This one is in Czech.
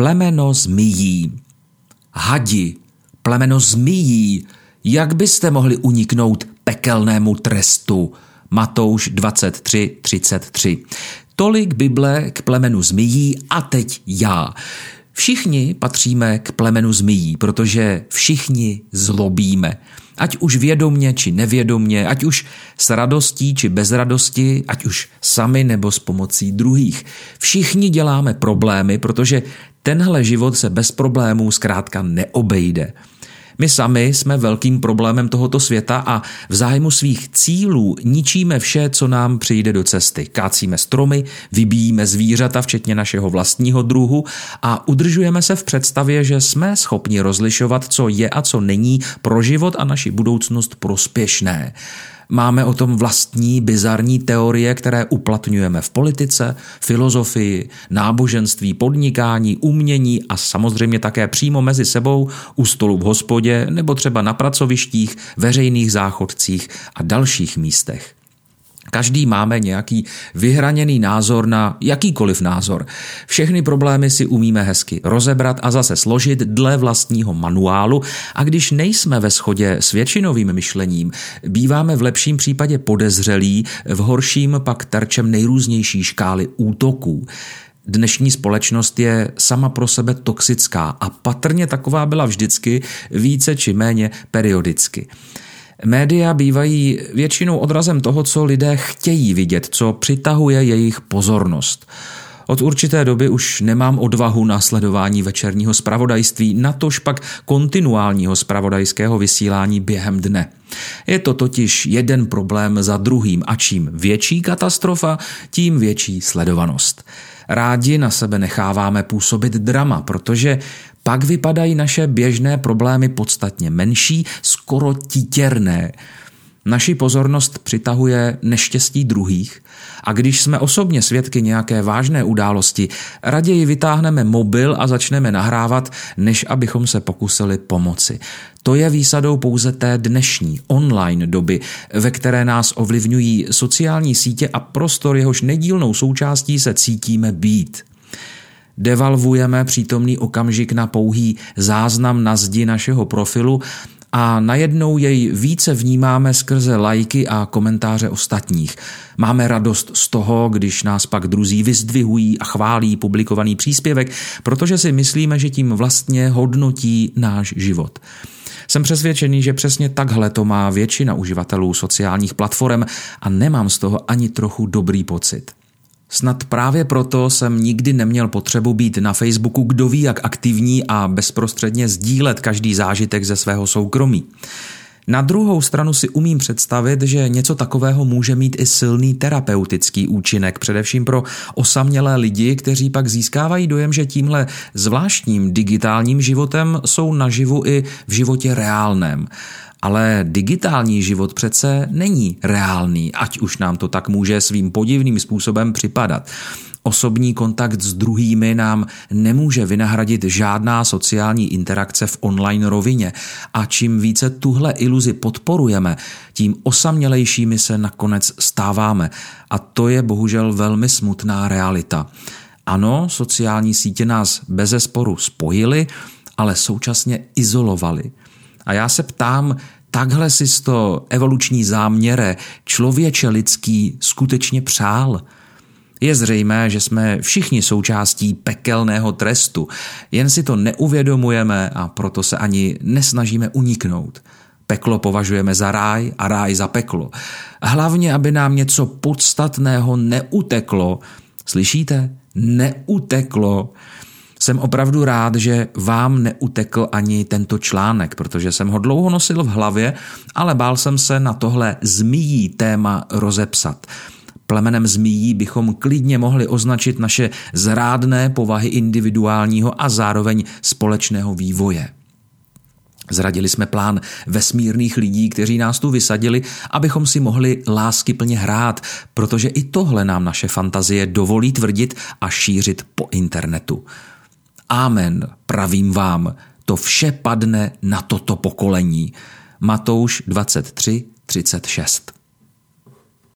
Plemeno zmijí. Hadi, plemeno zmijí, jak byste mohli uniknout pekelnému trestu? Matouš 23:33. Tolik Bible k plemenu zmijí a teď já. Všichni patříme k plemenu zmijí, protože všichni zlobíme. Ať už vědomně či nevědomně, ať už s radostí či bez radosti, ať už sami nebo s pomocí druhých. Všichni děláme problémy, protože tenhle život se bez problémů zkrátka neobejde. My sami jsme velkým problémem tohoto světa a v zájmu svých cílů ničíme vše, co nám přijde do cesty. Kácíme stromy, vybíjíme zvířata, včetně našeho vlastního druhu a udržujeme se v představě, že jsme schopni rozlišovat, co je a co není pro život a naši budoucnost prospěšné. Máme o tom vlastní bizarní teorie, které uplatňujeme v politice, filozofii, náboženství, podnikání, umění a samozřejmě také přímo mezi sebou u stolu v hospodě nebo třeba na pracovištích, veřejných záchodcích a dalších místech. Každý máme nějaký vyhraněný názor na jakýkoliv názor. Všechny problémy si umíme hezky rozebrat a zase složit dle vlastního manuálu a když nejsme ve shodě s většinovým myšlením, býváme v lepším případě podezřelí, v horším pak terčem nejrůznější škály útoků. Dnešní společnost je sama pro sebe toxická a patrně taková byla vždycky, více či méně periodicky. Média bývají většinou odrazem toho, co lidé chtějí vidět, co přitahuje jejich pozornost. Od určité doby už nemám odvahu na sledování večerního zpravodajství, natož pak kontinuálního zpravodajského vysílání během dne. Je to totiž jeden problém za druhým a čím větší katastrofa, tím větší sledovanost. Rádi na sebe necháváme působit drama, protože pak vypadají naše běžné problémy podstatně menší, skoro titěrné. Naši pozornost přitahuje neštěstí druhých a když jsme osobně svědky nějaké vážné události, raději vytáhneme mobil a začneme nahrávat, než abychom se pokusili pomoci. To je výsadou pouze té dnešní online doby, ve které nás ovlivňují sociální sítě a prostor, jehož nedílnou součástí se cítíme být. Devalvujeme přítomný okamžik na pouhý záznam na zdi našeho profilu a najednou jej více vnímáme skrze lajky a komentáře ostatních. Máme radost z toho, když nás pak druzí vyzdvihují a chválí publikovaný příspěvek, protože si myslíme, že tím vlastně hodnotí náš život. Jsem přesvědčený, že přesně takhle to má většina uživatelů sociálních platform a nemám z toho ani trochu dobrý pocit. Snad právě proto jsem nikdy neměl potřebu být na Facebooku kdo ví jak aktivní a bezprostředně sdílet každý zážitek ze svého soukromí. Na druhou stranu si umím představit, že něco takového může mít i silný terapeutický účinek, především pro osamělé lidi, kteří pak získávají dojem, že tímhle zvláštním digitálním životem jsou naživu i v životě reálném. Ale digitální život přece není reálný, ať už nám to tak může svým podivným způsobem připadat. Osobní kontakt s druhými nám nemůže vynahradit žádná sociální interakce v online rovině a čím více tuhle iluzi podporujeme, tím osamělejšími se nakonec stáváme a to je bohužel velmi smutná realita. Ano, sociální sítě nás bezesporu spojily, ale současně izolovali. A já se ptám, takhle si to evoluční záměre člověče lidský skutečně přál? Je zřejmé, že jsme všichni součástí pekelného trestu, jen si to neuvědomujeme a proto se ani nesnažíme uniknout. Peklo považujeme za ráj a ráj za peklo. Hlavně, aby nám něco podstatného neuteklo. Slyšíte? Neuteklo. Jsem opravdu rád, že vám neutekl ani tento článek, protože jsem ho dlouho nosil v hlavě, ale bál jsem se na tohle zmijí téma rozepsat. Plemenem zmijí bychom klidně mohli označit naše zrádné povahy individuálního a zároveň společného vývoje. Zradili jsme plán vesmírných lidí, kteří nás tu vysadili, abychom si mohli láskyplně hrát, protože i tohle nám naše fantazie dovolí tvrdit a šířit po internetu. Amen, pravím vám, to vše padne na toto pokolení. Matouš 23:36.